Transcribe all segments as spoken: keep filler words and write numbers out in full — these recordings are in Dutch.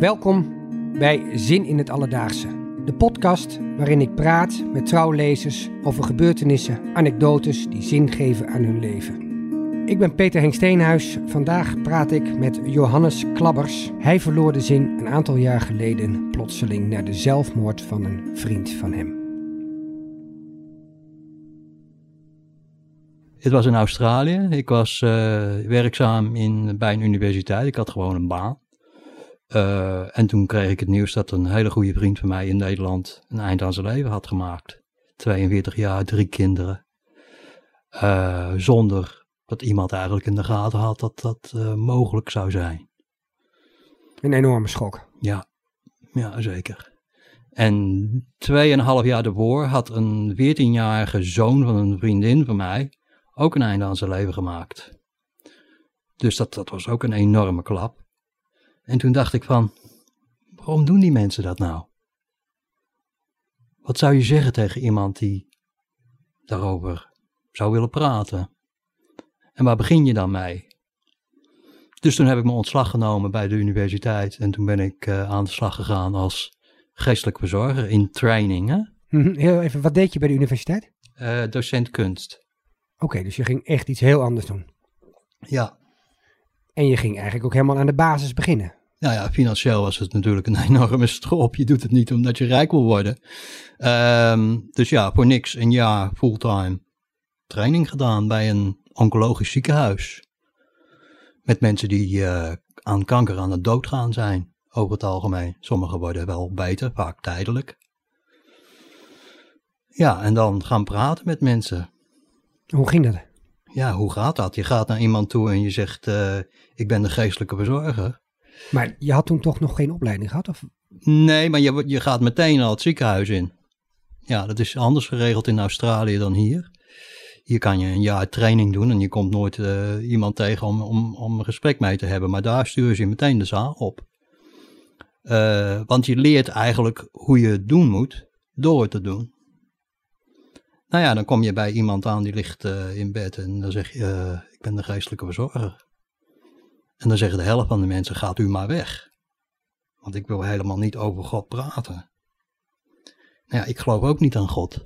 Welkom bij Zin in het Alledaagse. De podcast waarin ik praat met trouwlezers over gebeurtenissen, anekdotes die zin geven aan hun leven. Ik ben Peter Henk Steenhuis. Vandaag praat ik met Johannes Klabbers. Hij verloor de zin een aantal jaar geleden plotseling na de zelfmoord van een vriend van hem. Het was in Australië. Ik was uh, werkzaam in, bij een universiteit. Ik had gewoon een baan. Uh, en toen kreeg ik het nieuws dat een hele goede vriend van mij in Nederland een eind aan zijn leven had gemaakt. tweeënveertig jaar, drie kinderen. Uh, zonder dat iemand eigenlijk in de gaten had dat dat uh, mogelijk zou zijn. Een enorme schok. Ja, ja zeker. En tweeënhalf jaar daarvoor had een veertienjarige zoon van een vriendin van mij ook een einde aan zijn leven gemaakt. Dus dat, dat was ook een enorme klap. En toen dacht ik van, waarom doen die mensen dat nou? Wat zou je zeggen tegen iemand die daarover zou willen praten? En waar begin je dan mee? Dus toen heb ik mijn ontslag genomen bij de universiteit en toen ben ik uh, aan de slag gegaan als geestelijk verzorger in training. Hè? Mm-hmm. Heel even, wat deed je bij de universiteit? Uh, docent kunst. Oké, okay, dus je ging echt iets heel anders doen. Ja. En je ging eigenlijk ook helemaal aan de basis beginnen. Nou ja, financieel was het natuurlijk een enorme strop. Je doet het niet omdat je rijk wil worden. Um, dus ja, voor niks een jaar fulltime training gedaan bij een oncologisch ziekenhuis. Met mensen die uh, aan kanker aan het doodgaan zijn, over het algemeen. Sommigen worden wel beter, vaak tijdelijk. Ja, en dan gaan praten met mensen. Hoe ging dat? Ja, hoe gaat dat? Je gaat naar iemand toe en je zegt, uh, ik ben de geestelijke verzorger. Maar je had toen toch nog geen opleiding gehad? Of? Nee, maar je, je gaat meteen al het ziekenhuis in. Ja, dat is anders geregeld in Australië dan hier. Hier kan je een jaar training doen en je komt nooit uh, iemand tegen om, om, om een gesprek mee te hebben. Maar daar sturen ze je meteen de zaal op. Uh, want je leert eigenlijk hoe je het doen moet door het te doen. Nou ja, dan kom je bij iemand aan die ligt uh, in bed en dan zeg je, uh, ik ben de geestelijke verzorger. En dan zeggen de helft van de mensen, gaat u maar weg. Want ik wil helemaal niet over God praten. Nou ja, ik geloof ook niet aan God.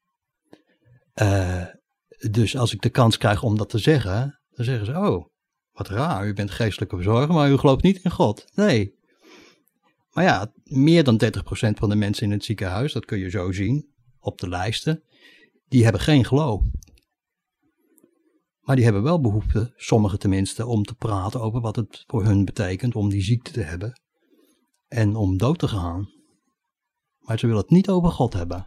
Uh, dus als ik de kans krijg om dat te zeggen, dan zeggen ze, oh, wat raar, u bent geestelijke verzorger, maar u gelooft niet in God. Nee. Maar ja, meer dan dertig procent van de mensen in het ziekenhuis, dat kun je zo zien op de lijsten, die hebben geen geloof. Maar die hebben wel behoefte, sommigen tenminste, om te praten over wat het voor hun betekent om die ziekte te hebben. En om dood te gaan. Maar ze willen het niet over God hebben.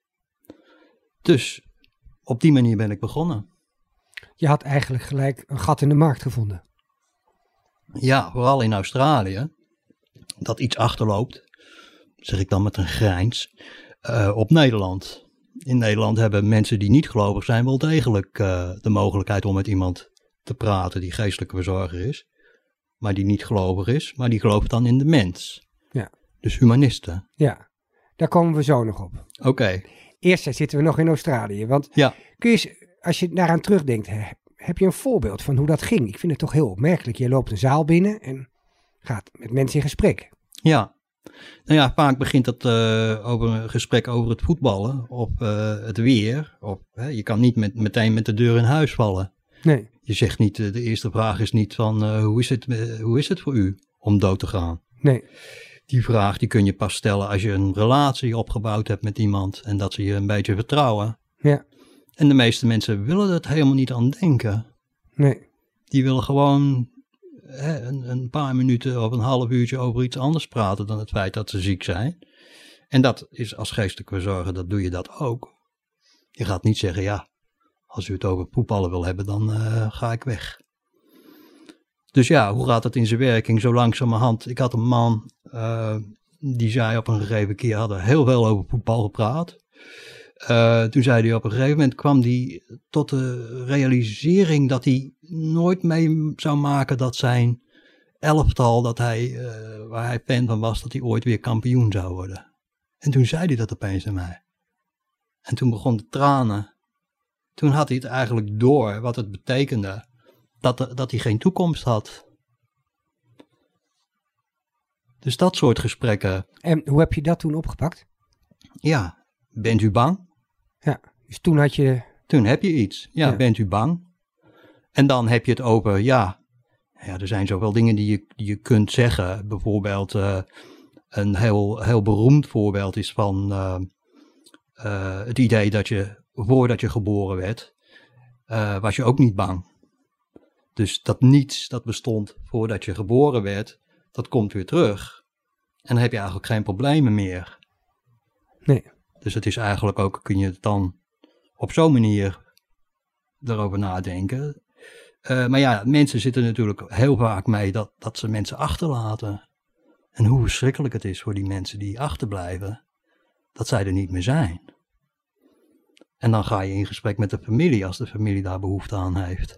Dus op die manier ben ik begonnen. Je had eigenlijk gelijk een gat in de markt gevonden. Ja, vooral in Australië. Dat iets achterloopt, zeg ik dan met een grijns, uh, op Nederland. In Nederland hebben mensen die niet gelovig zijn wel degelijk uh, de mogelijkheid om met iemand te praten die geestelijke verzorger is. Maar die niet gelovig is, maar die gelooft dan in de mens. Ja. Dus humanisten. Ja, daar komen we zo nog op. Oké. Okay. Eerst zitten we nog in Australië. Want ja. kun je eens, als je daaraan terugdenkt, heb je een voorbeeld van hoe dat ging? Ik vind het toch heel opmerkelijk. Je loopt een zaal binnen en gaat met mensen in gesprek. Ja. Nou ja, vaak begint het uh, over een gesprek over het voetballen, of uh, het weer. Of, hè, je kan niet met, meteen met de deur in huis vallen. Nee. Je zegt niet, uh, de eerste vraag is niet van, uh, hoe, is het, uh, hoe is het voor u om dood te gaan? Nee. Die vraag die kun je pas stellen als je een relatie opgebouwd hebt met iemand en dat ze je een beetje vertrouwen. Ja. En de meeste mensen willen er helemaal niet aan denken. Nee. Die willen gewoon hè, een, een paar minuten of een half uurtje over iets anders praten dan het feit dat ze ziek zijn. En dat is als geestelijke verzorger, dat doe je dat ook. Je gaat niet zeggen, ja, als u het over voetballen wil hebben, dan uh, ga ik weg. Dus ja, hoe gaat het in zijn werking? Zo langzamerhand. Ik had een man, uh, die zei op een gegeven keer, hadden heel veel over voetbal gepraat. Uh, toen zei hij op een gegeven moment, kwam hij tot de realisering dat hij nooit mee zou maken dat zijn elftal, dat hij, uh, waar hij fan van was, dat hij ooit weer kampioen zou worden. En toen zei hij dat opeens aan mij. En toen begon de tranen. Toen had hij het eigenlijk door wat het betekende. Dat, dat hij geen toekomst had. Dus dat soort gesprekken. En hoe heb je dat toen opgepakt? Ja, bent u bang? Ja, dus toen had je... Toen heb je iets. Ja, Ja. bent u bang? En dan heb je het over, ja, ja er zijn zoveel dingen die je, die je kunt zeggen. Bijvoorbeeld, uh, een heel, heel beroemd voorbeeld is van uh, uh, het idee dat je, voordat je geboren werd, uh, was je ook niet bang. Dus dat niets dat bestond voordat je geboren werd, dat komt weer terug. En dan heb je eigenlijk geen problemen meer. Nee. Dus het is eigenlijk ook, kun je het dan op zo'n manier erover nadenken. Uh, maar ja, mensen zitten natuurlijk heel vaak mee dat, dat ze mensen achterlaten. En hoe verschrikkelijk het is voor die mensen die achterblijven, dat zij er niet meer zijn. En dan ga je in gesprek met de familie als de familie daar behoefte aan heeft.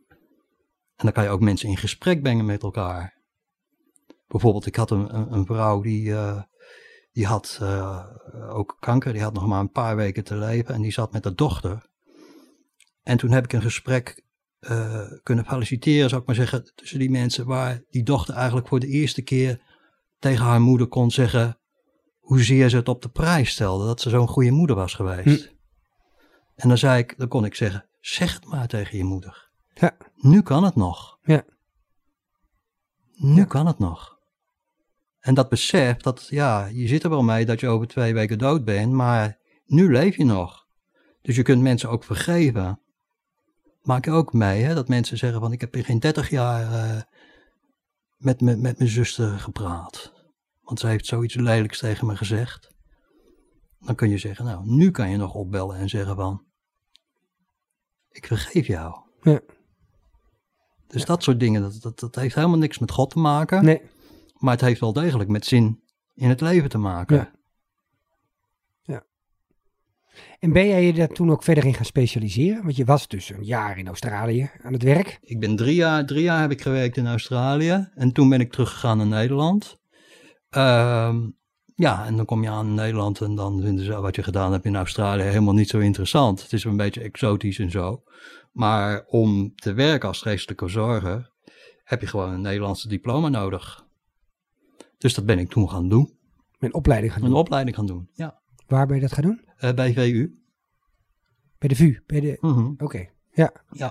En dan kan je ook mensen in gesprek brengen met elkaar. Bijvoorbeeld, ik had een, een, een vrouw die, uh, die had uh, ook kanker, die had nog maar een paar weken te leven en die zat met haar dochter. En toen heb ik een gesprek uh, kunnen faciliteren, zou ik maar zeggen, tussen die mensen waar die dochter eigenlijk voor de eerste keer tegen haar moeder kon zeggen hoezeer ze het op de prijs stelde, dat ze zo'n goede moeder was geweest. Hm. En dan zei ik, dan kon ik zeggen, zeg het maar tegen je moeder. Ja. Nu kan het nog. Ja. Nu Ja. kan het nog. En dat besef, dat ja, je zit er wel mee dat je over twee weken dood bent, maar nu leef je nog. Dus je kunt mensen ook vergeven. Maak je ook mee, hè, dat mensen zeggen van ik heb in geen dertig jaar uh, met, met, met mijn zuster gepraat. Want ze heeft zoiets lelijks tegen me gezegd. Dan kun je zeggen, nou, nu kan je nog opbellen en zeggen van ik vergeef jou. Ja. Dus ja. Dat soort dingen, dat, dat, dat heeft helemaal niks met God te maken. Nee. Maar het heeft wel degelijk met zin in het leven te maken. Ja. Ja. En ben jij je daar toen ook verder in gaan specialiseren? Want je was dus een jaar in Australië aan het werk. Ik ben drie jaar, drie jaar heb ik gewerkt in Australië. En toen ben ik teruggegaan naar Nederland. Um, ja, en dan kom je aan in Nederland en dan vinden ze wat je gedaan hebt in Australië helemaal niet zo interessant. Het is een beetje exotisch en zo. Maar om te werken als geestelijke zorger heb je gewoon een Nederlandse diploma nodig. Dus dat ben ik toen gaan doen. Een opleiding gaan doen? Een opleiding gaan doen, ja. Waar ben je dat gaan doen? Uh, bij V U. Bij de V U? Bij de... Mm-hmm. Oké, okay. Ja. Ja.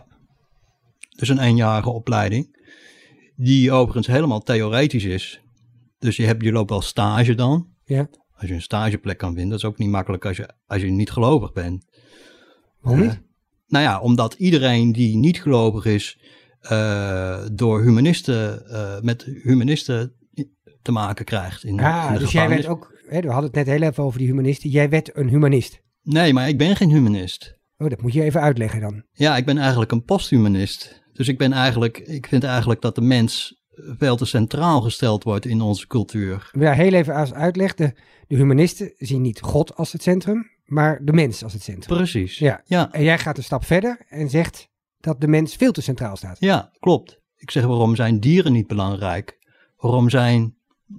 Dus een eenjarige opleiding. Die overigens helemaal theoretisch is. Dus je, hebt, je loopt al stage dan. Ja. Als je een stageplek kan vinden. Dat is ook niet makkelijk als je, als je niet gelovig bent. Waarom niet? Uh, nou ja, omdat iedereen die niet gelovig is, uh, door humanisten, uh, met humanisten te maken krijgt. In, ah, in de dus gevangenis. jij werd ook, hè, we hadden het net heel even over die humanisten. Jij werd een humanist. Nee, maar ik ben geen humanist. Oh, dat moet je even uitleggen dan. Ja, ik ben eigenlijk een posthumanist. Dus ik ben eigenlijk, ik vind eigenlijk dat de mens veel te centraal gesteld wordt in onze cultuur. Ja, heel even als uitleg. De, de humanisten zien niet God als het centrum, maar de mens als het centrum. Precies. Ja. Ja. En jij gaat een stap verder en zegt dat de mens veel te centraal staat. Ja, klopt. Ik zeg, waarom zijn dieren niet belangrijk? Waarom zijn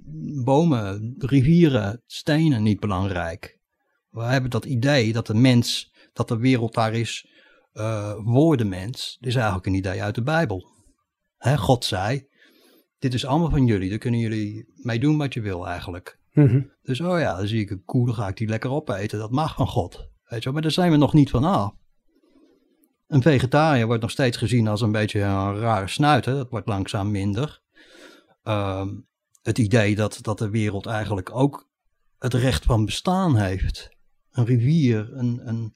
bomen, rivieren, stenen niet belangrijk? We hebben dat idee dat de mens, dat de wereld daar is uh, voor de mens. Dit is eigenlijk een idee uit de Bijbel. Hè, God zei, dit is allemaal van jullie, daar kunnen jullie mee doen wat je wil eigenlijk. Mm-hmm. Dus oh ja, dan zie ik een koe, dan ga ik die lekker opeten, dat mag van God. Weet je, maar daar zijn we nog niet van af. Een vegetariër wordt nog steeds gezien als een beetje een rare snuit, hè? Dat wordt langzaam minder. Um, het idee dat, dat de wereld eigenlijk ook het recht van bestaan heeft. Een rivier, een, een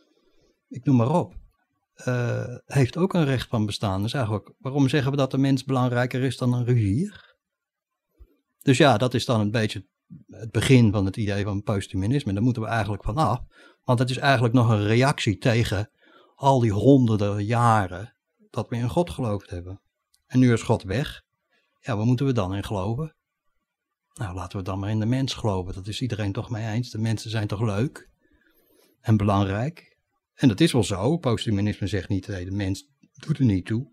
ik noem maar op, uh, heeft ook een recht van bestaan. Dus eigenlijk, waarom zeggen we dat de mens belangrijker is dan een rivier? Dus ja, dat is dan een beetje het begin van het idee van posthumanisme. Daar moeten we eigenlijk van af. Want het is eigenlijk nog een reactie tegen al die honderden jaren dat we in God geloofd hebben. En nu is God weg. Ja, waar moeten we dan in geloven? Nou, laten we dan maar in de mens geloven. Dat is iedereen toch mee eens. De mensen zijn toch leuk en belangrijk. En dat is wel zo. Posthumanisme zegt niet, hey, de mens doet er niet toe.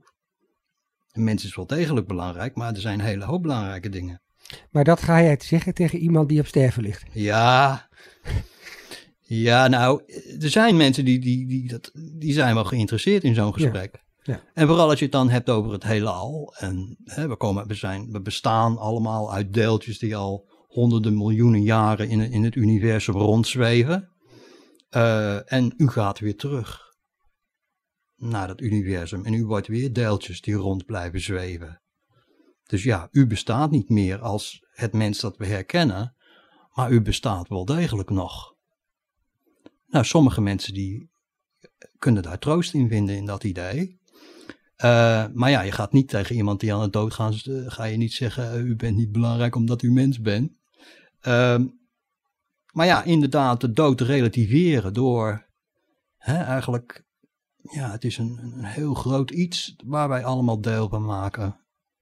De mens is wel degelijk belangrijk, maar er zijn een hele hoop belangrijke dingen. Maar dat ga jij zeggen tegen iemand die op sterven ligt? Ja, ja, nou, er zijn mensen die, die, die, dat, die zijn wel geïnteresseerd in zo'n gesprek. Ja. Ja. En vooral als je het dan hebt over het heelal. En hè, we, komen, we, zijn, we bestaan allemaal uit deeltjes die al honderden miljoenen jaren in, in het universum rondzweven. Uh, en u gaat weer terug naar dat universum. En u wordt weer deeltjes die rond blijven zweven. Dus ja, u bestaat niet meer als het mens dat we herkennen. Maar u bestaat wel degelijk nog. Nou, sommige mensen die kunnen daar troost in vinden in dat idee. Uh, maar ja, je gaat niet tegen iemand die aan het doodgaan is, uh, ga je niet zeggen, uh, u bent niet belangrijk omdat u mens bent. Uh, maar ja, inderdaad, de dood relativeren door, hè, eigenlijk, ja, het is een, een heel groot iets waar wij allemaal deel van maken.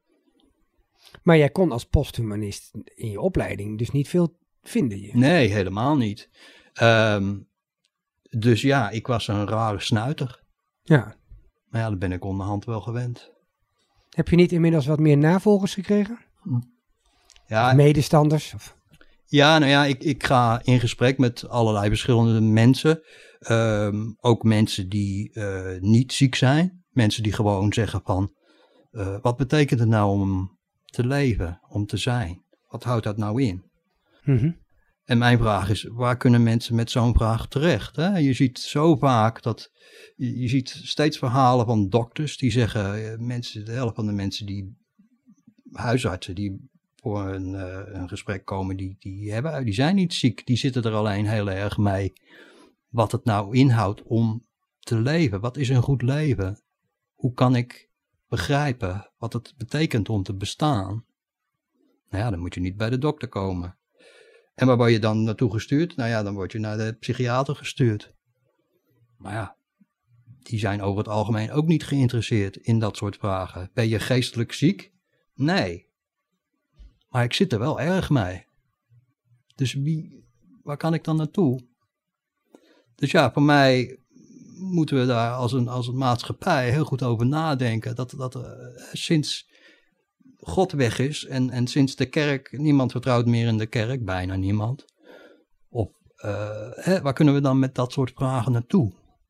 Maar jij kon als posthumanist in je opleiding dus niet veel vinden je? Nee, helemaal niet. Um, dus ja, ik was een rare snuiter. Ja. Maar ja, dat ben ik onderhand wel gewend. Heb je niet inmiddels wat meer navolgers gekregen? Ja, of medestanders? Of? Ja, nou ja, ik, ik ga in gesprek met allerlei verschillende mensen. Um, ook mensen die uh, niet ziek zijn. Mensen die gewoon zeggen van, uh, wat betekent het nou om te leven, om te zijn? Wat houdt dat nou in? Mm-hmm. En mijn vraag is, waar kunnen mensen met zo'n vraag terecht? Hè? Je ziet zo vaak dat, je, je ziet steeds verhalen van dokters die zeggen, mensen, de helft van de mensen die, huisartsen die voor een, uh, een gesprek komen, die, die, hebben, die zijn niet ziek. Die zitten er alleen heel erg mee wat het nou inhoudt om te leven. Wat is een goed leven? Hoe kan ik begrijpen wat het betekent om te bestaan? Nou ja, dan moet je niet bij de dokter komen. En waar word je dan naartoe gestuurd? Nou ja, dan word je naar de psychiater gestuurd. Maar ja, die zijn over het algemeen ook niet geïnteresseerd in dat soort vragen. Ben je geestelijk ziek? Nee. Maar ik zit er wel erg mee. Dus wie, waar kan ik dan naartoe? Dus ja, voor mij moeten we daar als een, als een maatschappij heel goed over nadenken. Dat, dat uh, sinds God weg is en, en sinds de kerk, niemand vertrouwt meer in de kerk, bijna niemand. Of uh, hè, waar kunnen we dan met dat soort vragen naartoe?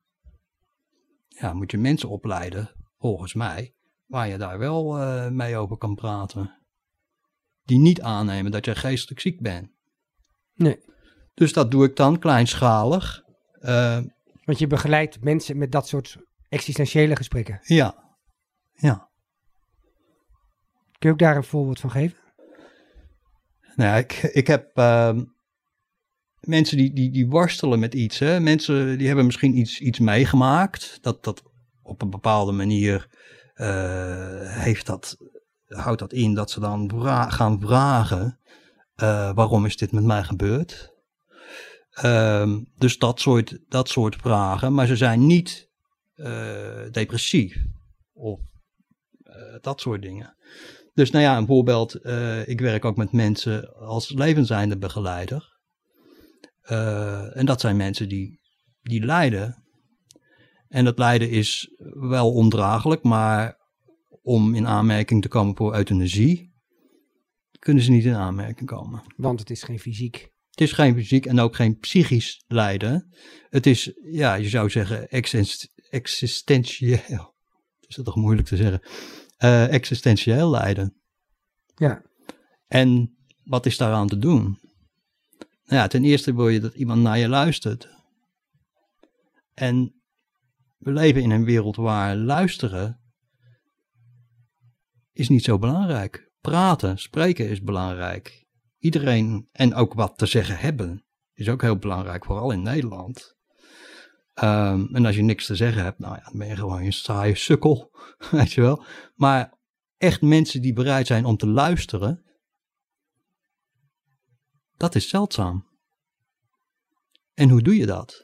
Ja, moet je mensen opleiden, volgens mij, waar je daar wel uh, mee over kan praten. Die niet aannemen dat je geestelijk ziek bent. Nee. Dus dat doe ik dan kleinschalig. Uh, Want je begeleidt mensen met dat soort existentiële gesprekken. Ja, ja. Kun je ook daar een voorbeeld van geven? Nou, ik, ik heb uh, mensen die, die, die worstelen met iets. Hè? Mensen die hebben misschien iets, iets meegemaakt. Dat, dat op een bepaalde manier uh, heeft dat, houdt dat in dat ze dan vra- gaan vragen. Uh, waarom is dit met mij gebeurd? Uh, dus dat soort, dat soort vragen. Maar ze zijn niet uh, depressief. Of uh, dat soort dingen. Dus nou ja, een voorbeeld, uh, ik werk ook met mensen als levenseinde begeleider. Uh, en dat zijn mensen die, die lijden. En dat lijden is wel ondraaglijk, maar om in aanmerking te komen voor euthanasie, kunnen ze niet in aanmerking komen. Want het is geen fysiek. Het is geen fysiek en ook geen psychisch lijden. Het is, ja, je zou zeggen, exist- existentieel. Is dat toch moeilijk te zeggen? Uh, existentieel lijden. Ja. En wat is daaraan te doen? Nou ja, ten eerste wil je dat iemand naar je luistert. En we leven in een wereld waar luisteren is niet zo belangrijk. Praten, spreken is belangrijk. Iedereen, en ook wat te zeggen hebben, is ook heel belangrijk, vooral in Nederland. Um, en als je niks te zeggen hebt, nou ja, dan ben je gewoon een saaie sukkel, weet je wel. Maar echt mensen die bereid zijn om te luisteren, dat is zeldzaam. En hoe doe je dat?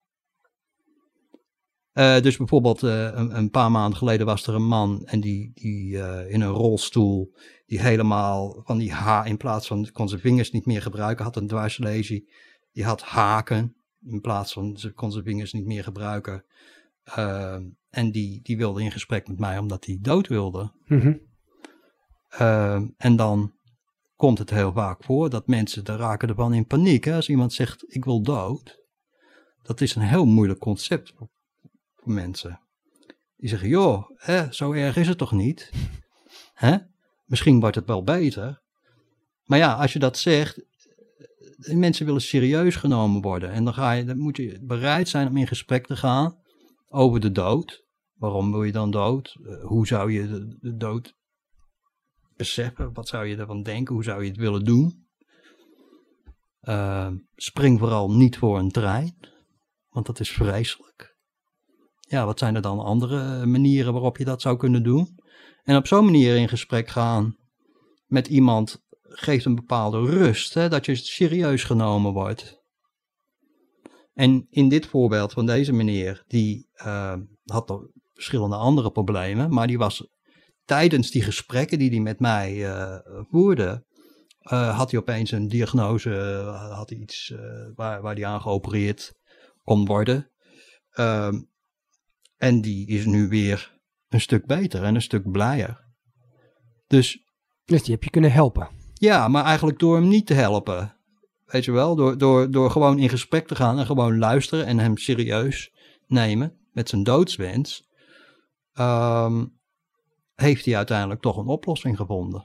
Uh, dus bijvoorbeeld uh, een, een paar maanden geleden was er een man en die, die uh, in een rolstoel, die helemaal van die ha in plaats van, kon zijn vingers niet meer gebruiken, had een dwarslesie, die had haken. In plaats van, ze kon zijn vingers niet meer gebruiken. Uh, en die, die wilde in gesprek met mij omdat hij dood wilde. Mm-hmm. Uh, en dan komt het heel vaak voor dat mensen, daar raken ervan in paniek. Hè? Als iemand zegt, ik wil dood. Dat is een heel moeilijk concept voor, voor mensen. Die zeggen, joh, hè, zo erg is het toch niet? Hè? Misschien wordt het wel beter. Maar ja, als je dat zegt, mensen willen serieus genomen worden. En dan, ga je, dan moet je bereid zijn om in gesprek te gaan over de dood. Waarom wil je dan dood? Uh, hoe zou je de, de dood beseffen? Wat zou je ervan denken? Hoe zou je het willen doen? Uh, spring vooral niet voor een trein, want dat is vreselijk. Ja, wat zijn er dan andere manieren waarop je dat zou kunnen doen? En op zo'n manier in gesprek gaan met iemand geeft een bepaalde rust, hè, dat je serieus genomen wordt. En in dit voorbeeld van deze meneer, die uh, had er verschillende andere problemen, maar die was tijdens die gesprekken die hij met mij uh, voerde, uh, had hij opeens een diagnose, uh, had hij iets uh, waar, waar hij aan geopereerd kon worden. Uh, en die is nu weer een stuk beter en een stuk blijer. Dus, dus die heb je kunnen helpen? Ja, maar eigenlijk door hem niet te helpen. Weet je wel, door, door, door gewoon in gesprek te gaan en gewoon luisteren en hem serieus nemen met zijn doodswens, um, heeft hij uiteindelijk toch een oplossing gevonden.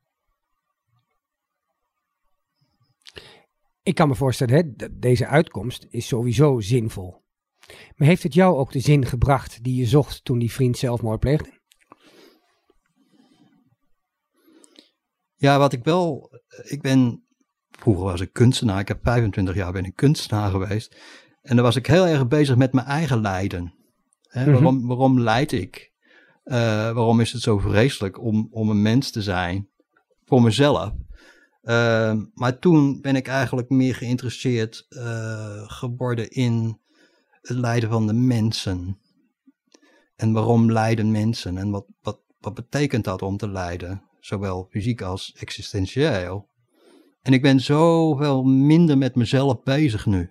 Ik kan me voorstellen, hè, deze uitkomst is sowieso zinvol. Maar heeft het jou ook de zin gebracht die je zocht toen die vriend zelfmoord pleegde? Ja, wat ik wel, ik ben, vroeger was ik kunstenaar, ik heb vijfentwintig jaar ben ik kunstenaar geweest. En dan was ik heel erg bezig met mijn eigen lijden. Hè, mm-hmm. waarom, waarom lijd ik? Uh, waarom is het zo vreselijk om, om een mens te zijn? Voor mezelf. Uh, maar toen ben ik eigenlijk meer geïnteresseerd uh, geworden in het lijden van de mensen. En waarom lijden mensen? En wat, wat, wat betekent dat om te lijden? Zowel fysiek als existentieel. En ik ben zoveel minder met mezelf bezig nu.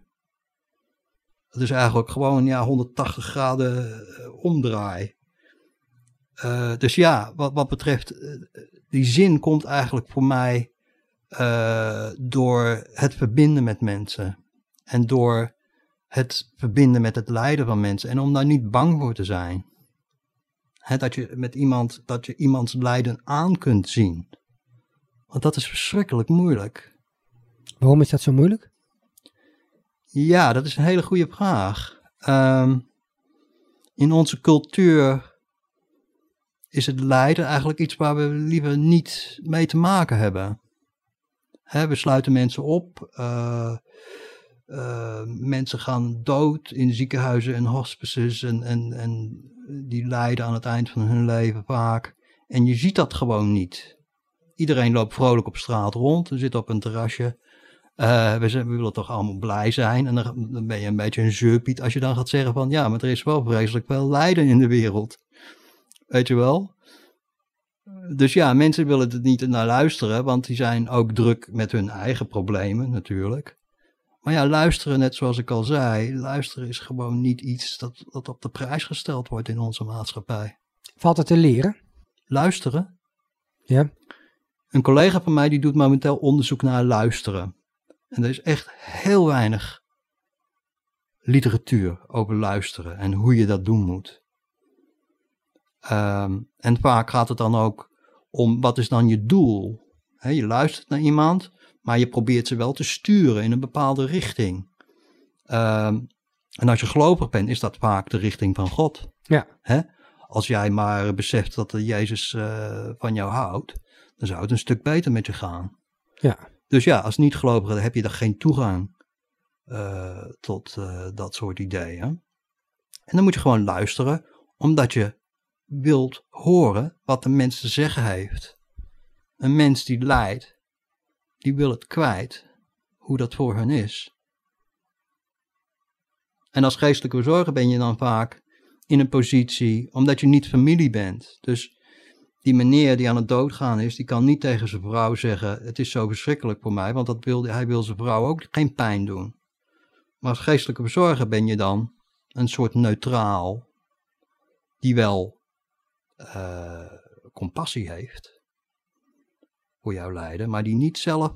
Het is eigenlijk gewoon ja, honderdtachtig graden omdraai. Uh, dus ja, wat, wat betreft, uh, die zin komt eigenlijk voor mij uh, door het verbinden met mensen. En door het verbinden met het lijden van mensen. En om daar niet bang voor te zijn. He, dat je met iemand, dat je iemands lijden aan kunt zien. Want dat is verschrikkelijk moeilijk. Waarom is dat zo moeilijk? Ja, dat is een hele goede vraag. Um, in onze cultuur is het lijden eigenlijk iets waar we liever niet mee te maken hebben. He, we sluiten mensen op. Uh, uh, mensen gaan dood in ziekenhuizen en hospices en, en, en die lijden aan het eind van hun leven vaak. En je ziet dat gewoon niet. Iedereen loopt vrolijk op straat rond. We zitten op een terrasje. Uh, we, zijn, we willen toch allemaal blij zijn. En dan, dan ben je een beetje een zeurpiet als je dan gaat zeggen van ja, maar er is wel vreselijk veel lijden in de wereld. Weet je wel? Dus ja, mensen willen er niet naar luisteren, want die zijn ook druk met hun eigen problemen natuurlijk. Maar ja, luisteren, net zoals ik al zei, luisteren is gewoon niet iets dat, dat op de prijs gesteld wordt in onze maatschappij. Valt het te leren? Luisteren? Ja. Een collega van mij die doet momenteel onderzoek naar luisteren. En er is echt heel weinig literatuur over luisteren en hoe je dat doen moet. Um, en vaak gaat het dan ook om wat is dan je doel? He, je luistert naar iemand, maar je probeert ze wel te sturen in een bepaalde richting. Um, en als je gelovig bent, is dat vaak de richting van God. Ja. He? Als jij maar beseft dat Jezus uh, van jou houdt, dan zou het een stuk beter met je gaan. Ja. Dus ja, als niet-gelovige heb je dan geen toegang uh, tot uh, dat soort ideeën. En dan moet je gewoon luisteren, omdat je wilt horen wat de mens te zeggen heeft. Een mens die lijdt, die wil het kwijt, hoe dat voor hen is. En als geestelijke verzorger ben je dan vaak in een positie, omdat je niet familie bent. Dus die meneer die aan het doodgaan is, die kan niet tegen zijn vrouw zeggen, het is zo verschrikkelijk voor mij, want dat wil, hij wil zijn vrouw ook geen pijn doen. Maar als geestelijke verzorger ben je dan een soort neutraal, die wel uh, compassie heeft voor jouw lijden, maar die niet zelf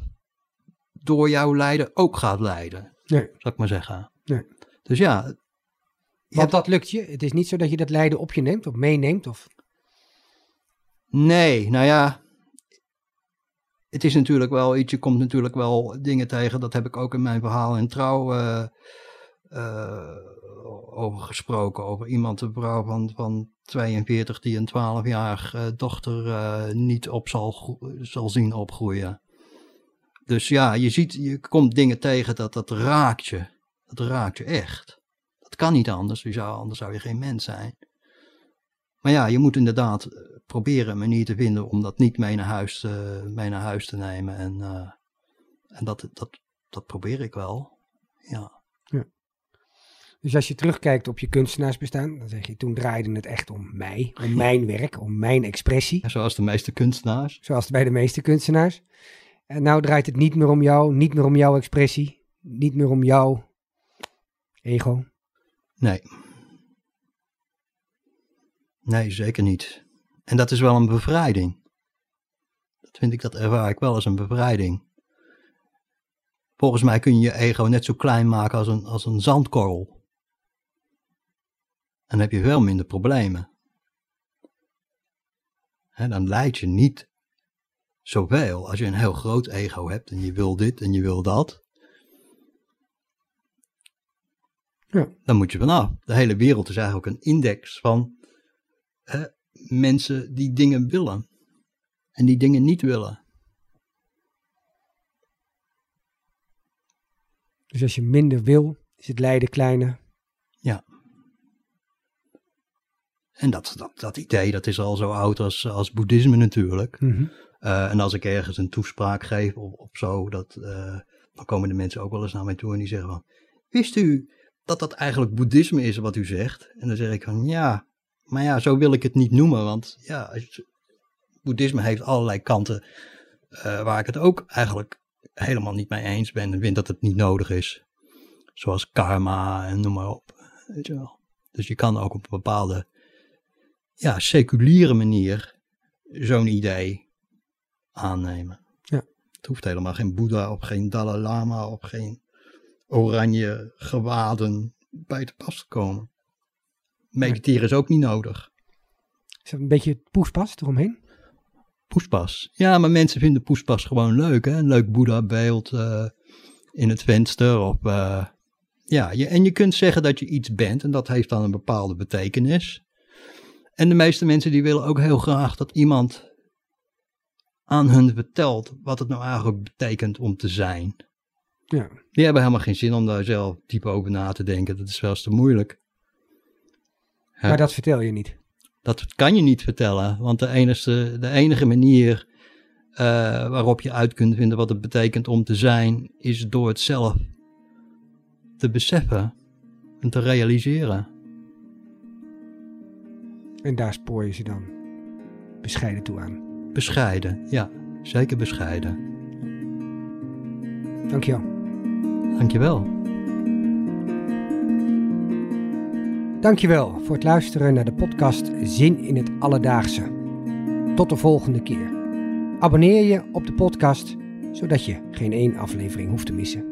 door jouw lijden ook gaat lijden, nee. zou ik maar zeggen. Nee. Dus ja, Want dat lukt je. Het is niet zo dat je dat lijden op je neemt of meeneemt. Of... Nee, nou ja. Het is natuurlijk wel iets, je komt natuurlijk wel dingen tegen. Dat heb ik ook in mijn verhaal in Trouw uh, uh, over gesproken. Over iemand, een vrouw van, van tweeënveertig die een twaalfjarige uh, dochter uh, niet op zal, zal zien opgroeien. Dus ja, je ziet, je komt dingen tegen dat dat raakt je. Dat raakt je echt. Dat kan niet anders, je zou, anders zou je geen mens zijn. Maar ja, je moet inderdaad proberen een manier te vinden om dat niet mee naar huis, uh, mee naar huis te nemen. En, uh, en dat, dat, dat probeer ik wel, ja. ja. Dus als je terugkijkt op je kunstenaarsbestaan, dan zeg je, toen draaide het echt om mij, om mijn werk, om mijn expressie. Zoals de meeste kunstenaars. Zoals bij de meeste kunstenaars. En nou draait het niet meer om jou, niet meer om jouw expressie, niet meer om jouw ego. Nee. Nee, zeker niet. En dat is wel een bevrijding. Dat vind ik, dat ervaar ik wel als een bevrijding. Volgens mij kun je je ego net zo klein maken als een, als een zandkorrel. En dan heb je veel minder problemen. He, dan leid je niet zoveel als je een heel groot ego hebt en je wil dit en je wil dat. Ja. Dan moet je vanaf. De hele wereld is eigenlijk een index van hè, mensen die dingen willen en die dingen niet willen. Dus als je minder wil, is het lijden kleiner. Ja. En dat, dat, dat idee, dat is al zo oud als, als boeddhisme natuurlijk. Mm-hmm. Uh, en als ik ergens een toespraak geef of, of zo, dat, uh, dan komen de mensen ook wel eens naar mij toe en die zeggen van, wist u dat dat eigenlijk boeddhisme is wat u zegt? En dan zeg ik van, ja, maar ja, zo wil ik het niet noemen, want ja, als, boeddhisme heeft allerlei kanten uh, waar ik het ook eigenlijk helemaal niet mee eens ben en vind dat het niet nodig is. Zoals karma en noem maar op. Weet je wel. Dus je kan ook op een bepaalde ja, seculiere manier zo'n idee aannemen. Ja. Het hoeft helemaal geen Boeddha of geen Dalai Lama of geen oranje gewaden bij te pas te komen. Mediteren is ook niet nodig. Is dat een beetje poespas eromheen? Poespas. Ja, maar mensen vinden poespas gewoon leuk. Hè? Een leuk Boeddha-beeld uh, in het venster. Of, uh, ja, je, en je kunt zeggen dat je iets bent en dat heeft dan een bepaalde betekenis. En de meeste mensen die willen ook heel graag dat iemand aan hun vertelt wat het nou eigenlijk betekent om te zijn. Ja. Die hebben helemaal geen zin om daar zelf diep over na te denken. Dat is zelfs te moeilijk. Ja. Maar dat vertel je niet. Dat kan je niet vertellen, want de enige, de enige manier uh, waarop je uit kunt vinden wat het betekent om te zijn, is door het zelf te beseffen en te realiseren. En daar spoor je ze dan bescheiden toe aan. Bescheiden, ja, zeker bescheiden. Dankjewel. Dankjewel. Dankjewel voor het luisteren naar de podcast Zin in het Alledaagse. Tot de volgende keer. Abonneer je op de podcast, zodat je geen één aflevering hoeft te missen.